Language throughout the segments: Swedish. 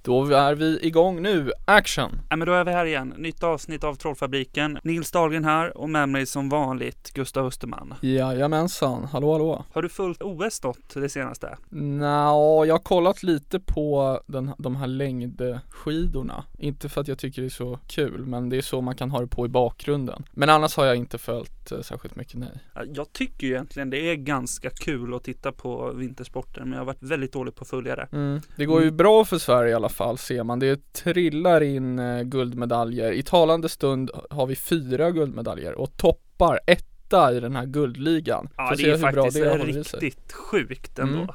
Då är vi igång nu. Action! Ja, men då är vi här igen. Nytt avsnitt av Trollfabriken. Nils Dahlgren här och med mig som vanligt Gustav Österman. Jajamensan, hallå. Har du följt OS något det senaste? Nå, jag har kollat lite på de här längdskidorna. Inte för att jag tycker det är så kul, men det är så man kan ha det på i bakgrunden. Men annars har jag inte följt särskilt mycket, nej. Jag tycker ju egentligen det är ganska kul att titta på vintersporten, men jag har varit väldigt dålig på att följa det. Det går ju bra för Sverige i alla fall, ser man. Det trillar in guldmedaljer. I talande stund har vi 4 guldmedaljer och toppar 1 i den här guldligan. Ja, det är faktiskt riktigt sjukt ändå.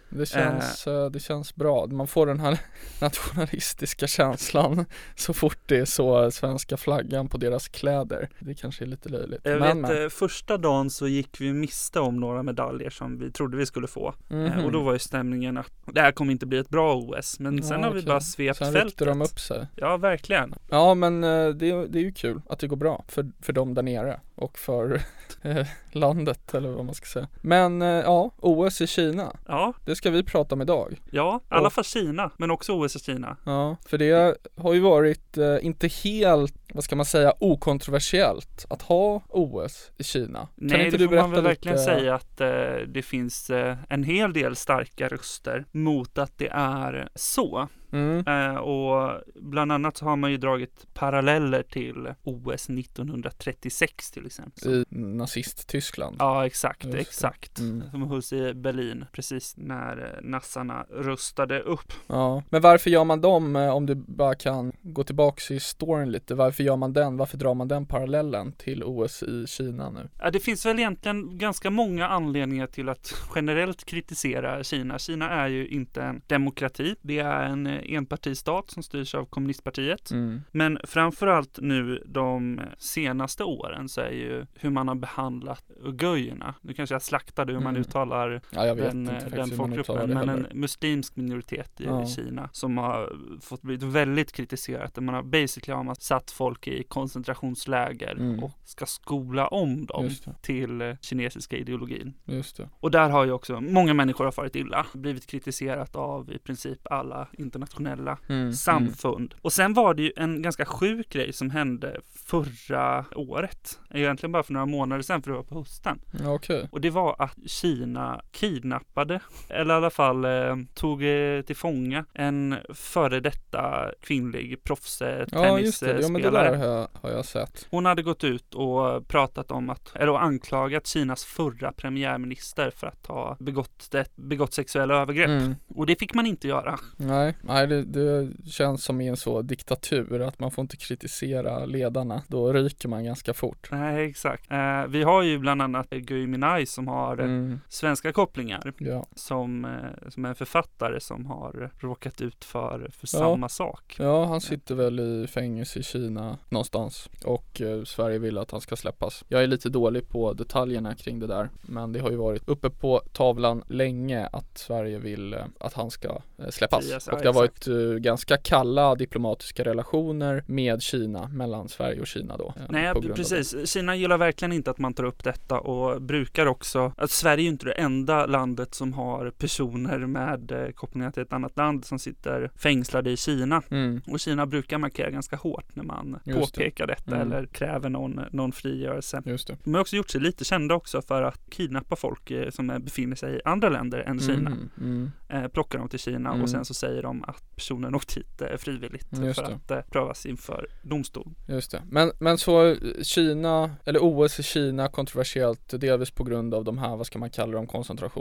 Det känns bra. Man får den här nationalistiska känslan så fort det är så svenska flaggan på deras kläder. Det kanske är lite löjligt. Men första dagen så gick vi miste om några medaljer som vi trodde vi skulle få. Och då var ju stämningen att det här kommer inte bli ett bra OS. Men sen har vi bara svept fältet. Sen ryckte de upp sig. Ja, verkligen. Ja, men det är ju kul att det går bra för dem där nere och för landet eller vad man ska säga. Men OS i Kina. Ja. Det ska vi prata om idag. Ja, i alla fall Kina, men också OS i Kina. Ja, för det har ju varit inte helt, vad ska man säga, okontroversiellt att ha OS i Kina. Nej, inte det får man väl verkligen säga att det finns en hel del starka röster mot att det är så. Och bland annat så har man ju dragit paralleller till OS 1936 till exempel. I nazist-Tyskland. Ja, exakt. Som hölls i Berlin precis när nassarna rustade upp. Ja, men varför gör man dem, om du bara kan gå tillbaka i storyn lite, varför gör man den? Varför drar man den parallellen till OS i Kina nu? Ja, det finns väl egentligen ganska många anledningar till att generellt kritisera Kina. Kina är ju inte en demokrati. Det är en enpartistat som styrs av kommunistpartiet. Men framförallt nu de senaste åren så är ju hur man har behandlat uigurerna. Nu kanske jag slaktade hur man uttalar den folkgruppen, men en muslimsk minoritet i Kina som har fått blivit väldigt kritiserat. Man har basically satt folk i koncentrationsläger och ska skola om dem till kinesiska ideologin. Just det. Och där har ju också många människor har farit illa, blivit kritiserat av i princip alla internationella samfund. Och sen var det ju en ganska sjuk grej som hände förra året. Egentligen bara för några månader sedan, för det var på hösten. Okay. Och det var att Kina kidnappade, eller i alla fall tog till fånga en före detta kvinnlig proffstennisspelare. Ja, just det. Ja, men det där har jag sett. Hon hade gått ut och pratat om eller anklagat Kinas förra premiärminister för att ha begått sexuella övergrepp. Och det fick man inte göra. Nej, det känns som i en så diktatur att man får inte kritisera ledarna. Då ryker man ganska fort. Nej, exakt. Vi har ju bland annat Gui Minhai som har svenska kopplingar. Ja. Som är en författare som har råkat ut för samma sak. Ja, han sitter väl i fängelse i Kina någonstans. Och Sverige vill att han ska släppas. Jag är lite dålig på detaljerna kring det där. Men det har ju varit uppe på tavlan länge att Sverige vill att han ska släppas. Yes, och det har varit ganska kalla diplomatiska relationer med Kina, mellan Sverige och Kina då. Nej, precis. Kina gillar verkligen inte att man tar upp detta och brukar också, att Sverige är ju inte det enda landet som har personer med kopplingar till ett annat land som sitter fängslade i Kina. Och Kina brukar markera ganska hårt när man påpekar detta eller kräver någon frigörelse. Just det. De har också gjort sig lite kända också för att kidnappa folk som befinner sig i andra länder än Kina. Plockar dem till Kina och sen så säger de att personen åkt hit frivilligt för att prövas inför domstol. Just det. Men så Kina, eller OS i Kina, kontroversiellt delvis på grund av de här, vad ska man kalla dem,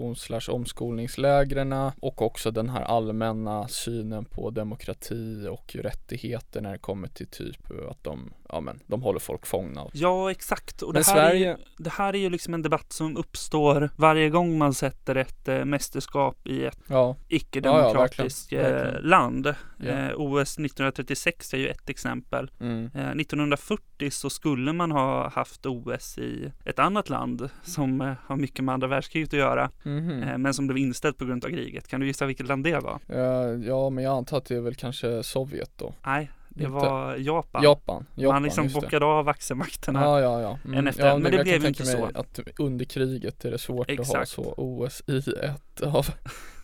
koncentrations/omskolningslägren och också den här allmänna synen på demokrati och rättigheter när det kommer till typ att de håller folk fångna. Ja, exakt. Och det här är ju liksom en debatt som uppstår varje gång man sätter ett mästerskap i ett icke-demokratiskt land. Ja. OS 1936 är ju ett exempel. 1940 så skulle man ha haft OS i ett annat land som har mycket med andra världskriget att göra, men som blev inställt på grund av kriget. Kan du gissa vilket land det var? Ja, men jag antar att det är väl kanske Sovjet då. Nej. Det var Japan. Man liksom bockade av axelmakterna efter. Men det blev ju inte så. Att under kriget är det svårt att ha så OS i ett av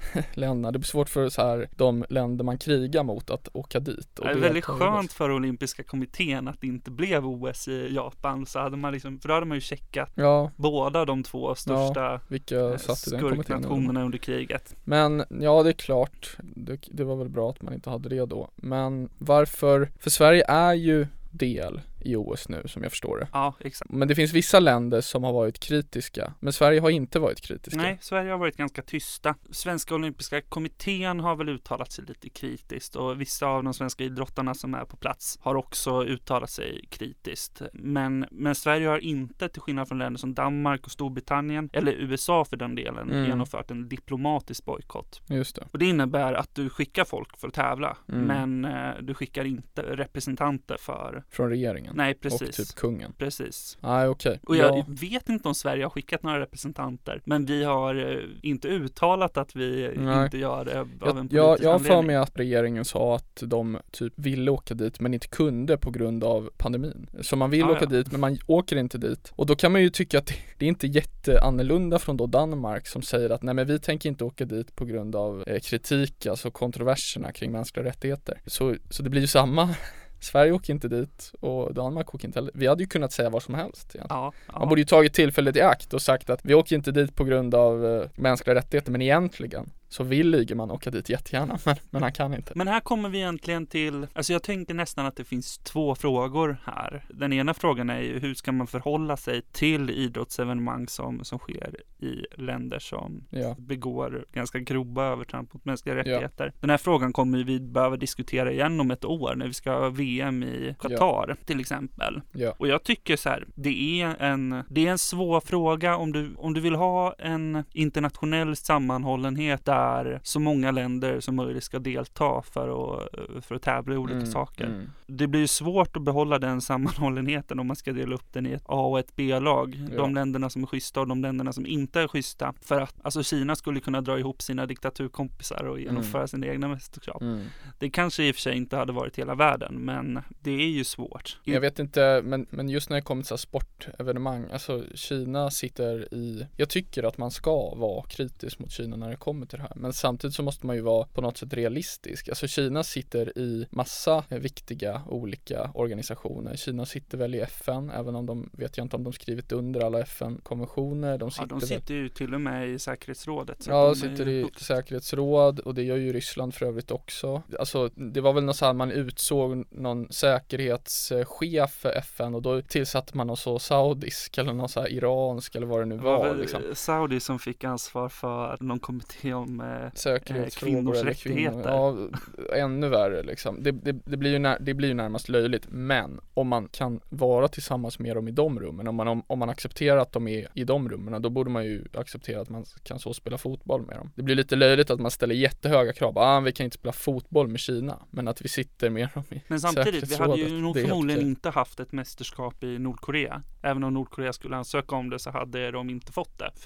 länderna. Det blir svårt för så här, de länder man krigar mot att åka dit. Och det är väldigt skönt för olympiska kommittén att det inte blev OS i Japan. Så hade man liksom, för då hade man ju checkat båda de två största skurknationerna under kriget. Men ja, det är klart. Det var väl bra att man inte hade det då. Men varför? För Sverige är ju del i OS nu, som jag förstår det. Ja, exakt. Men det finns vissa länder som har varit kritiska. Men Sverige har inte varit kritiska. Nej, Sverige har varit ganska tysta. Svenska olympiska kommittén har väl uttalat sig lite kritiskt. Och vissa av de svenska idrottarna som är på plats har också uttalat sig kritiskt. Men Sverige har inte, till skillnad från länder som Danmark och Storbritannien, eller USA för den delen, genomfört en diplomatisk bojkott. Just det. Och det innebär att du skickar folk för att tävla. Men du skickar inte representanter från regeringen. Nej, precis. Och typ kungen. Precis. Nej, okej. Och jag vet inte om Sverige har skickat några representanter, men vi har inte uttalat att vi inte gör det av en politisk jag har anledning. för mig att regeringen sa att de typ ville åka dit men inte kunde på grund av pandemin. Så man vill åka dit men man åker inte dit. Och då kan man ju tycka att det är inte jätteannorlunda från då Danmark som säger att nej, men vi tänker inte åka dit på grund av kritik, alltså kontroverserna kring mänskliga rättigheter. Så det blir ju samma. Sverige åker inte dit och Danmark åker inte heller. Vi hade ju kunnat säga vad som helst egentligen. Man borde ju tagit tillfället i akt och sagt att vi åker inte dit på grund av mänskliga rättigheter, men egentligen så vill Ygeman åka dit jättegärna, men han kan inte. Men här kommer vi egentligen till, alltså jag tänker nästan att det finns två frågor här. Den ena frågan är ju, hur ska man förhålla sig till idrottsevenemang som sker i länder som begår ganska grova övertramp mot mänskliga rättigheter. Den här frågan kommer vi behöva diskutera igen om ett år när vi ska ha VM i Qatar till exempel. Och jag tycker så här, det är en svår fråga om du vill ha en internationell sammanhållenhet där så många länder som möjligt ska delta för att tävla i olika saker. Det blir svårt att behålla den sammanhållenheten om man ska dela upp den i ett A- och ett B-lag. De länderna som är schyssta och de länderna som inte är schyssta. För att alltså Kina skulle kunna dra ihop sina diktaturkompisar och genomföra sina egna mästerskap. Det kanske i och för sig inte hade varit hela världen, men det är ju svårt. Jag vet inte, men just när det kommer till sportevenemang, alltså Kina sitter i, jag tycker att man ska vara kritisk mot Kina när det kommer till det här. Men samtidigt så måste man ju vara på något sätt realistisk. Alltså Kina sitter i massa viktiga olika organisationer. Kina sitter väl i FN, även om vet jag inte om de skrivit under alla FN-konventioner. De sitter ju till och med i säkerhetsrådet. Så de sitter i säkerhetsråd, och det gör ju Ryssland för övrigt också. Alltså det var väl något så här, man utsåg någon säkerhetschef för FN och då tillsatte man någon så saudisk eller någon så här iransk eller vad det nu var. Liksom. Saudi som fick ansvar för någon kommitté om kvinnors rättigheter. Ja, ännu värre liksom. Det blir ju närmast löjligt, men om man kan vara tillsammans med dem i de rummen, om man accepterar att de är i de rummen, då borde man ju acceptera att man kan så spela fotboll med dem. Det blir lite löjligt att man ställer jättehöga krav. Vi kan inte spela fotboll med Kina, men att vi sitter med dem i. Men samtidigt, vi hade ju nog förmodligen inte haft ett mästerskap i Nordkorea. Även om Nordkorea skulle ansöka om det så hade de inte fått det.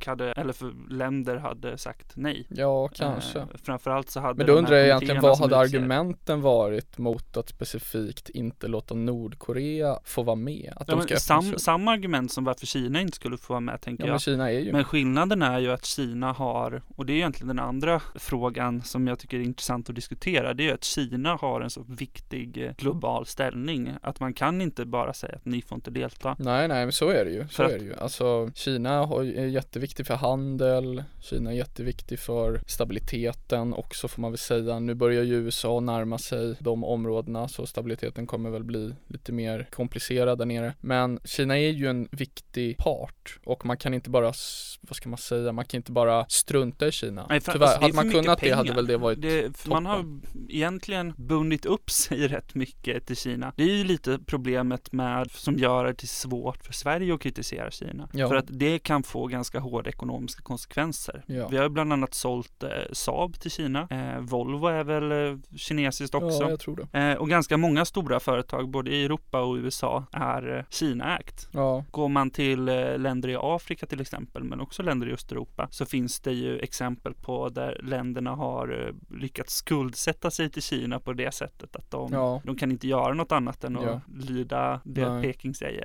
För länder hade sagt nej. Ja, kanske. Framförallt så hade. Men då undrar jag egentligen, vad hade argumenten varit mot att specifikt inte låta Nordkorea få vara med? Att samma argument som varför Kina inte skulle få vara med, tänker jag. Men Kina är ju. Men skillnaden är ju att Kina har, och det är egentligen den andra frågan som jag tycker är intressant att diskutera, det är ju att Kina har en så viktig global ställning att man kan inte bara säga att ni får inte delta. Nej, men så är det ju. Alltså Kina är jätteviktig för handel, Kina är jätteviktig för stabiliteten också, får man väl säga. Nu börjar ju USA närma sig de områdena, så stabiliteten kommer väl bli lite mer komplicerad där nere. Men Kina är ju en viktig part och man kan inte bara, vad ska man säga, man kan inte bara strunta i Kina. Nej, tyvärr, alltså, hade man kunnat det hade väl det varit man har egentligen bundit upp sig rätt mycket till Kina. Det är ju lite problemet med, som gör det till svårt för Sverige att kritisera Kina. Ja. För att det kan få ganska hårda ekonomiska konsekvenser. Ja. Vi har bland annat sålt Saab till Kina. Volvo är väl kinesiskt också. Ja, jag tror det. Och ganska många stora företag, både i Europa och USA, är Kina-ägt. Ja. Går man till länder i Afrika till exempel, men också länder i Östeuropa, så finns det ju exempel på där länderna har lyckats skuldsätta sig till Kina på det sättet att de kan inte göra något annat än att lyda det Peking säger. Nej,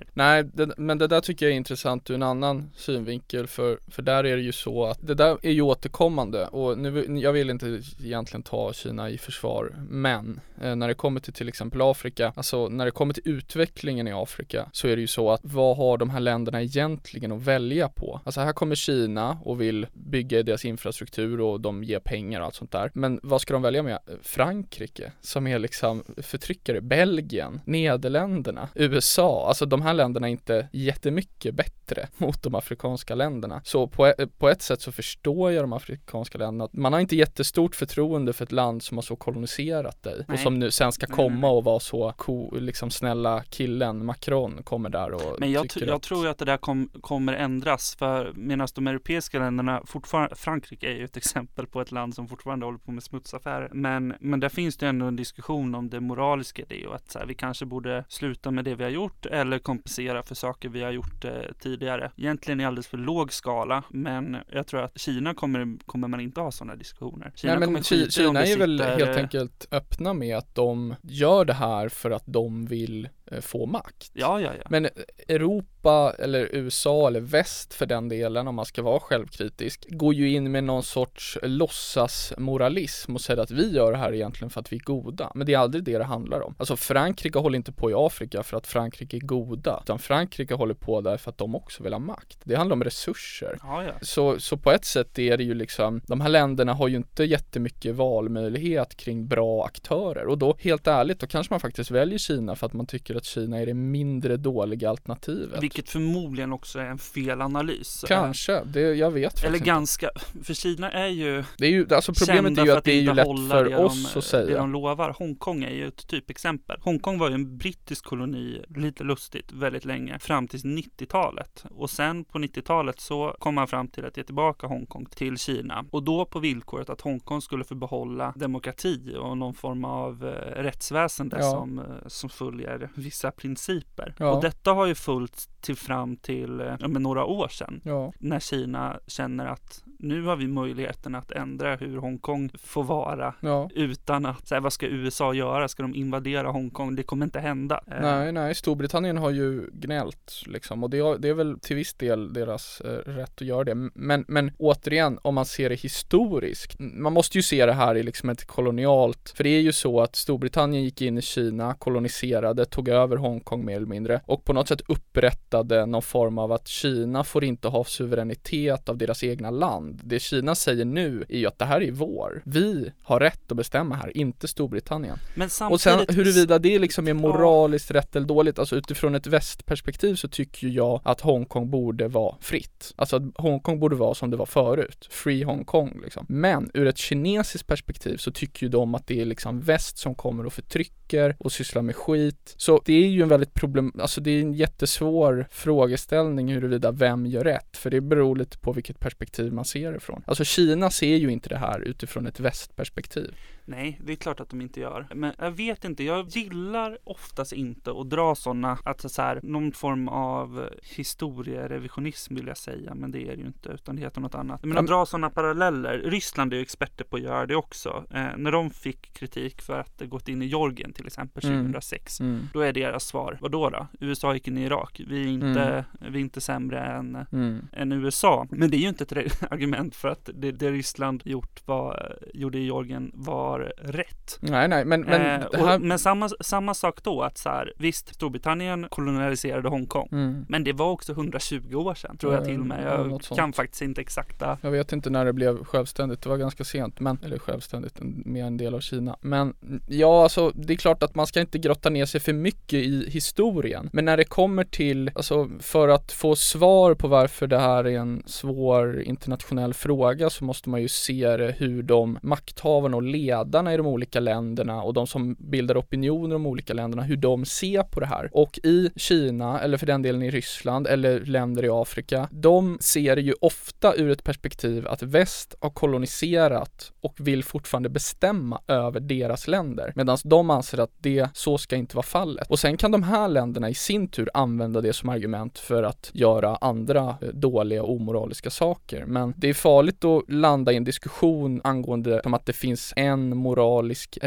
men det där tycker jag är intressant ur en annan synvinkel, för där är det ju så att det där är ju återkommande, och jag vill inte egentligen ta Kina i försvar, men när det kommer till exempel Afrika, alltså när det kommer till utvecklingen i Afrika, så är det ju så att vad har de här länderna egentligen att välja på? Alltså här kommer Kina och vill bygga deras infrastruktur och de ger pengar och allt sånt där, men vad ska de välja med? Frankrike, som är liksom förtryckare, Belgien, Nederländerna, USA, alltså de här länderna är inte jättemycket bättre mot de afrikanska länderna. Så på ett sätt så förstår jag de afrikanska länderna att man har inte jättestort förtroende för ett land som har så koloniserat dig. Nej. Och som nu sen ska komma och vara så liksom snälla killen Macron kommer där och men jag tror ju att det där kommer ändras, för medan de europeiska länderna fortfarande, Frankrike är ju ett exempel på ett land som fortfarande håller på med smutsaffärer, men där finns det ändå en diskussion om det moraliska i det, och att så här, vi kanske borde sluta med det vi har gjort eller kompensera för saker vi har gjort tidigare. Egentligen i alldeles för låg skala, men jag tror att Kina kommer man inte ha sådana diskussioner. Kina är väl helt enkelt öppna med att de gör det här för att de vill få makt. Ja. Men Europa eller USA eller väst för den delen, om man ska vara självkritisk, går ju in med någon sorts låtsasmoralism och säger att vi gör det här egentligen för att vi är goda. Men det är aldrig det handlar om. Alltså Frankrike håller inte på i Afrika för att Frankrike är goda, utan Frankrike håller på där för att de också vill ha makt. Det handlar om resurser. Ja. Så på ett sätt är det ju liksom, de här länderna har ju inte jättemycket valmöjlighet kring bra aktörer, och då helt ärligt, då kanske man faktiskt väljer Kina för att man tycker att Kina är det mindre dåliga alternativet. Vilket förmodligen också är en fel analys. Kanske, jag vet faktiskt eller inte. Ganska, för Kina är ju alltså problemet är ju att det är ju lätt för oss att säga. Det de lovar. Hongkong är ju ett typexempel. Hongkong var ju en brittisk koloni, lite lustigt, väldigt länge, fram till 90-talet. Och sen på 90-talet så kom man fram till att ge tillbaka Hongkong till Kina. Och då på villkoret att Hongkong skulle få behålla demokrati och någon form av rättsväsende som följer vissa principer. Ja. Och detta har ju följt fram till några år sedan. Ja. När Kina känner att nu har vi möjligheten att ändra hur Hongkong får vara utan att, vad ska USA göra? Ska de invadera Hongkong? Det kommer inte hända. Nej, Storbritannien har ju gnällt liksom, och det är väl till viss del deras rätt att göra det. Men återigen, om man ser det historiskt, man måste ju se det här i liksom ett kolonialt, för det är ju så att Storbritannien gick in i Kina, koloniserade, tog över Hongkong mer eller mindre, och på något sätt upprättade någon form av att Kina får inte ha suveränitet av deras egna land. Det Kina säger nu är ju att det här är vår. Vi har rätt att bestämma här, inte Storbritannien. Men och sen huruvida det liksom är moraliskt rätt eller dåligt, alltså utifrån ett västperspektiv så tycker jag att Hongkong borde vara fritt. Alltså att Hongkong borde vara som det var förut. Free Hongkong liksom. Men ur ett kinesiskt perspektiv så tycker ju de att det är liksom väst som kommer och förtrycker och sysslar med skit. Så det är ju en väldigt alltså det är en jättesvår frågeställning huruvida vem gör rätt, för det beror lite på vilket perspektiv man ser det från. Alltså Kina ser ju inte det här utifrån ett västperspektiv. Nej, det är klart att de inte gör. Men jag vet inte, jag gillar oftast inte att dra sådana, att så här, någon form av historierevisionism vill jag säga, men det är det ju inte, utan det heter något annat. Men att dra sådana paralleller, Ryssland är ju experter på att göra det också. När de fick kritik för att det gått in i Georgien till exempel 2006, då är deras svar, vadå då? USA gick in i Irak, vi är inte sämre än USA. Men det är ju inte ett argument för att det Ryssland gjorde i Georgien var rätt. Nej, men samma sak då, att så här, visst, Storbritannien kolonialiserade Hongkong, men det var också 120 år sedan, tror jag till och med. Jag kan faktiskt inte exakta. Jag vet inte när det blev självständigt, det var ganska sent, eller självständigt med en del av Kina. Men ja, alltså det är klart att man ska inte grotta ner sig för mycket i historien. Men när det kommer till, alltså för att få svar på varför det här är en svår internationell fråga, så måste man ju se det, hur de makthavarna och ledarna i de olika länderna och de som bildar opinioner i de olika länderna, hur de ser på det här. Och i Kina, eller för den delen i Ryssland eller länder i Afrika, de ser det ju ofta ur ett perspektiv att väst har koloniserat och vill fortfarande bestämma över deras länder, medan de anser att så ska inte vara fallet. Och sen kan de här länderna i sin tur använda det som argument för att göra andra dåliga och omoraliska saker. Men det är farligt att landa i en diskussion angående att det finns en moralisk rätt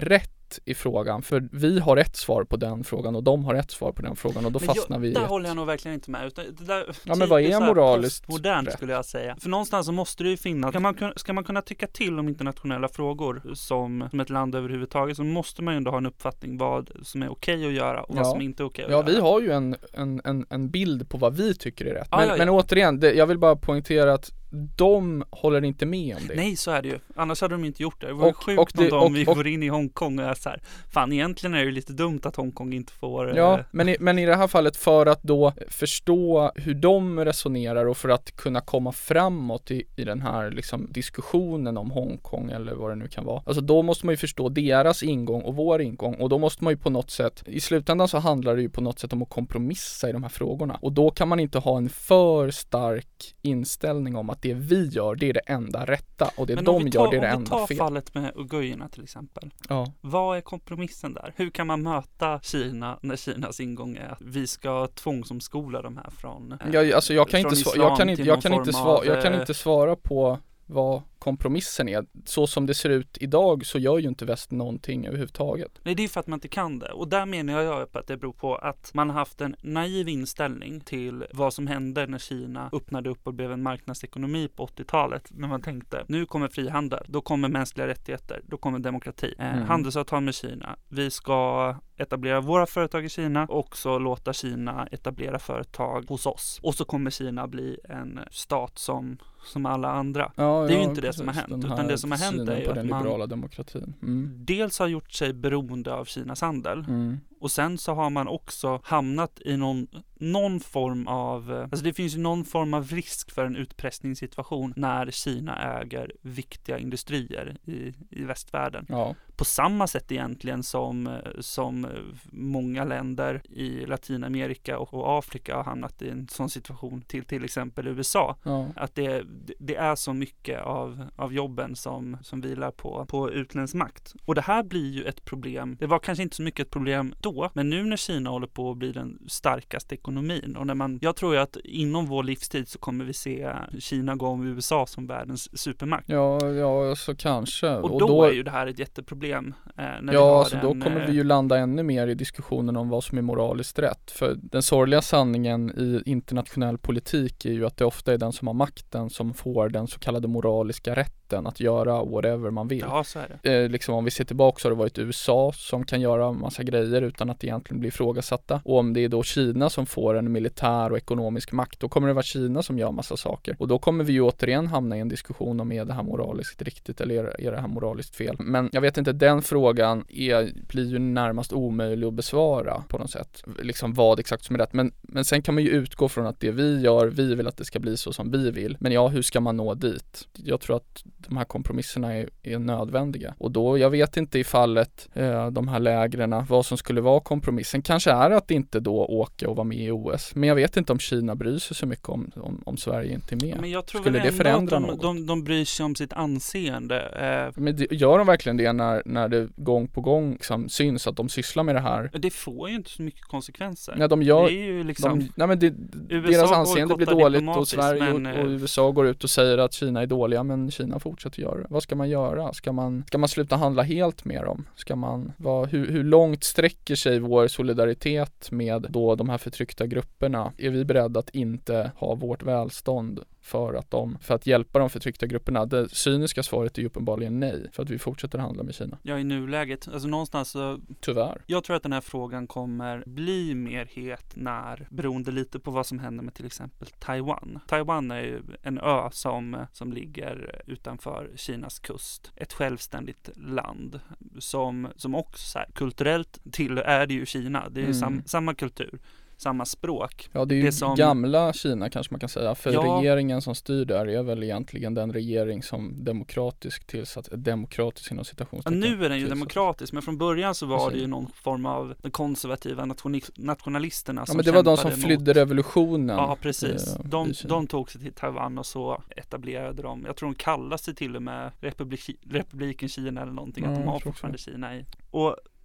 rätt i frågan, för vi har ett svar på den frågan och de har ett svar på den frågan och då fastnar vi i där håller jag nog verkligen inte med, utan det där, ja, men vad är moraliskt modernt skulle jag säga. För någonstans så måste det ju finnas, ska man kunna tycka till om internationella frågor som ett land överhuvudtaget, så måste man ju ändå ha en uppfattning vad som är okej att göra och vad som inte är okej att göra. Vi har ju en bild på vad vi tycker är rätt. Men återigen, jag vill bara poängtera att de håller inte med om det. Nej, så är det ju. Annars hade de inte gjort det. Det var sjukt om vi går in i Hongkong och är så här, fan egentligen är det ju lite dumt att Hongkong inte får... Ja, men i det här fallet för att då förstå hur de resonerar och för att kunna komma framåt i den här liksom diskussionen om Hongkong eller vad det nu kan vara. Alltså då måste man ju förstå deras ingång och vår ingång, och då måste man ju på något sätt, i slutändan så handlar det ju på något sätt om att kompromissa i de här frågorna. Och då kan man inte ha en för stark inställning om att det vi gör, det är det enda rätta och det de gör, det är det enda fel. Om vi tar fallet med uigurerna till exempel. Ja. Vad är kompromissen där? Hur kan man möta Kina när Kinas ingång är att vi ska tvångsomskola de här från jag kan inte svara på vad kompromissen är. Så som det ser ut idag så gör ju inte väst någonting överhuvudtaget. Nej, det är för att man inte kan det. Och där menar jag att det beror på att man har haft en naiv inställning till vad som hände när Kina öppnade upp och blev en marknadsekonomi på 80-talet. När man tänkte, nu kommer frihandel, då kommer mänskliga rättigheter, då kommer demokrati. Handelsavtal med Kina. Vi ska etablera våra företag i Kina och också låta Kina etablera företag hos oss. Och så kommer Kina bli en stat som alla andra. Det är ju inte det som har hänt, utan det som har hänt är ju att man liberala demokratin. Dels har gjort sig beroende av Kinas handel och sen så har man också hamnat i någon form av, alltså det finns ju någon form av risk för en utpressningssituation när Kina äger viktiga industrier i västvärlden. Ja. På samma sätt egentligen som många länder i Latinamerika och Afrika har hamnat i en sån situation till exempel USA. Ja. Att det är så mycket av jobben som vilar på utländsk makt. Och det här blir ju ett problem. Det var kanske inte så mycket ett problem då, men nu när Kina håller på att bli den starkaste ekonomin och jag tror ju att inom vår livstid så kommer vi se Kina gå om USA som världens supermakt. Ja, så kanske. Och då är ju det här ett jätteproblem. Då kommer vi ju landa ännu mer i diskussionen om vad som är moraliskt rätt. För den sorgliga sanningen i internationell politik är ju att det ofta är den som har makten som får den så kallade moraliska rätten att göra whatever man vill. Ja, så är det. Liksom om vi ser tillbaka så har det varit USA som kan göra massa grejer utan att egentligen bli ifrågasatta. Och om det är då Kina som får en militär och ekonomisk makt, då kommer det vara Kina som gör massa saker. Och då kommer vi ju återigen hamna i en diskussion om är det här moraliskt riktigt eller är det här moraliskt fel. Men jag vet inte, den frågan blir ju närmast omöjlig att besvara på något sätt. Liksom vad exakt som är rätt. Men sen kan man ju utgå från att det vi gör, vi vill att det ska bli så som vi vill. Men hur ska man nå dit? Jag tror att de här kompromisserna är nödvändiga. Och då, jag vet inte i fallet de här lägren, vad som skulle vara kompromissen. Kanske är att inte då åka och vara med i OS. Men jag vet inte om Kina bryr sig så mycket om Sverige inte är med. Men jag tror skulle det förändra något? De bryr sig om sitt anseende. Men gör de verkligen det när det gång på gång liksom syns att de sysslar med det här? Det får ju inte så mycket konsekvenser. Nej, de gör, det är ju liksom, deras anseende blir dåligt och Sverige och USA går ut och säger att Kina är dåliga, men Kina fortsätter göra det. Vad ska man göra? Ska man sluta handla helt med dem? Hur långt sträcker sig vår solidaritet med då de här förtryckta grupperna? Är vi beredda att inte ha vårt välstånd för att hjälpa de förtryckta grupperna? Det cyniska svaret är ju uppenbarligen nej, för att vi fortsätter handla med Kina. Ja, i nuläget. Alltså någonstans så... Tyvärr. Jag tror att den här frågan kommer bli mer het beroende lite på vad som händer med till exempel Taiwan. Taiwan är ju en ö som ligger utanför Kinas kust. Ett självständigt land som också så här, kulturellt är det ju Kina. Det är ju samma kultur. Samma språk. Ja, det är ju gamla Kina kanske man kan säga. För regeringen som styr där är väl egentligen den regering som demokratiskt inom citationstecken. Ja, nu är den ju demokratisk, men från början så var det ju någon form av de konservativa nationalisterna som men det var de som flydde revolutionen. Ja, precis. De tog sig till Taiwan och så etablerade de, jag tror de kallar sig till och med Republiken Kina eller någonting, att de har fortfarande Kina i. Och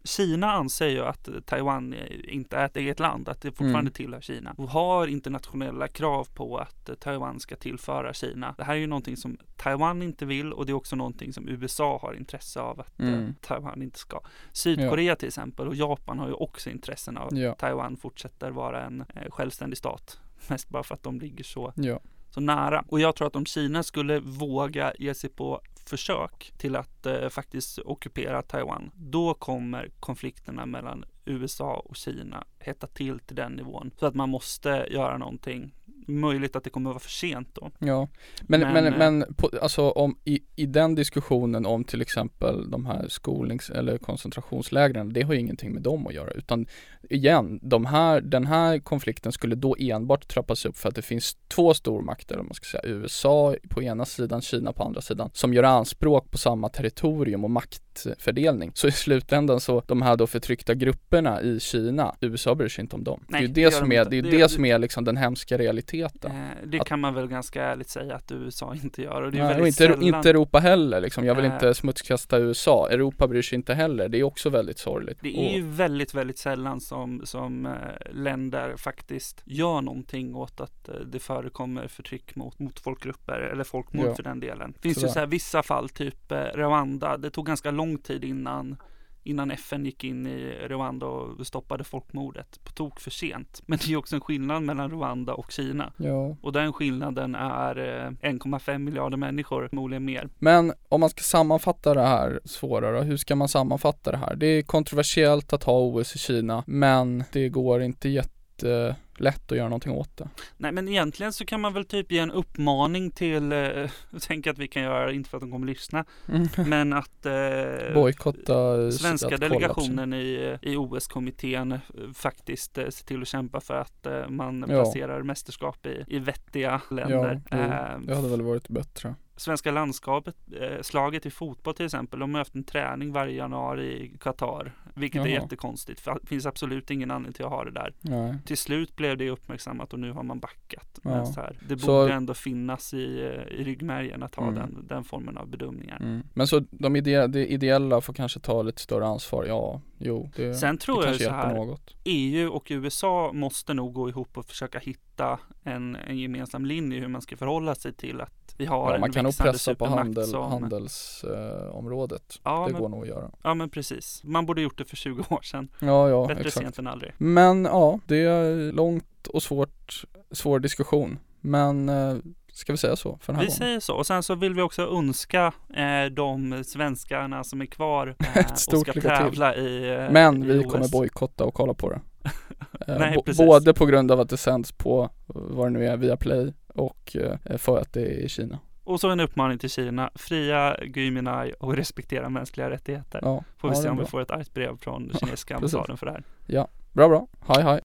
Kina anser ju att Taiwan inte är ett eget land, att det fortfarande tillhör Kina. Och har internationella krav på att Taiwan ska tillföra Kina. Det här är ju någonting som Taiwan inte vill, och det är också någonting som USA har intresse av att Taiwan inte ska. Sydkorea till exempel och Japan har ju också intressen av att Taiwan fortsätter vara en självständig stat. Mest bara för att de ligger så nära. Och jag tror att om Kina skulle våga ge sig på försök till att faktiskt ockupera Taiwan, då kommer konflikterna mellan USA och Kina hetta till den nivån. Så att man måste göra någonting. Möjligt att det kommer att vara för sent då. Ja, men alltså om i den diskussionen om till exempel de här eller koncentrationslägren, det har ju ingenting med dem att göra, utan igen, den här konflikten skulle då enbart trappas upp för att det finns två stormakter, om man ska säga USA på ena sidan, Kina på andra sidan, som gör anspråk på samma territorium och maktfördelning. Så i slutändan så de här då förtryckta grupperna i Kina, USA bryr sig inte om dem. Nej, det är det som är liksom den hemska realiteten. Det kan man väl ganska ärligt säga att USA inte gör. Och det är väldigt och inte, sällan... inte Europa heller. Liksom. Jag vill inte smutskasta USA. Europa bryr sig inte heller. Det är också väldigt sorgligt. Det är ju väldigt, väldigt sällan som länder faktiskt gör någonting åt att det förekommer förtryck mot folkgrupper eller folkmord för den delen. Det finns ju så här vissa fall, typ Rwanda. Det tog ganska lång tid innan FN gick in i Rwanda och stoppade folkmordet. På tok för sent. Men det är också en skillnad mellan Rwanda och Kina. Ja. Och den skillnaden är 1,5 miljarder människor, förmodligen mer. Men om man ska sammanfatta det här svårare, hur ska man sammanfatta det här? Det är kontroversiellt att ha OS i Kina, men det går inte lätt att göra någonting åt det. Nej, men egentligen så kan man väl typ ge en uppmaning till jag tänker att vi kan göra, inte för att de kommer lyssna, men att bojkotta svenska delegationen i OS-kommittén faktiskt ser till att kämpa för att man placerar mästerskap i vettiga länder. Det hade väl varit bättre. Svenska slaget i fotboll till exempel, de har haft en träning varje januari i Qatar, vilket är jättekonstigt, för det finns absolut ingen anledning till att ha det där. Nej. Till slut blev det uppmärksammat och nu har man backat. Men så här, det borde ändå finnas i ryggmärgen att ha den formen av bedömningar. Men så det ideella får kanske ta lite större ansvar. Sen tror jag så här, EU och USA måste nog gå ihop och försöka hitta en gemensam linje hur man ska förhålla sig till att vi har man kan nog pressa på handelsområdet. Det går nog att göra. Ja, men precis. Man borde gjort det för 20 år sedan. Bättre sent än aldrig. Men det är långt och svår diskussion. Men ska vi säga så för den här gången? Säger så. Och sen så vill vi också önska de svenskarna som är kvar och ska tävla i Men i vi OS. kommer bojkotta och kolla på det. Nej, både på grund av att det sänds på vad det nu är via Play och för att det är i Kina. Och så en uppmaning till Kina: fria Gui Minhai och respektera mänskliga rättigheter. Får vi se om vi får ett argt brev från kinesiska ambassaden för det här. Ja, bra. Hej.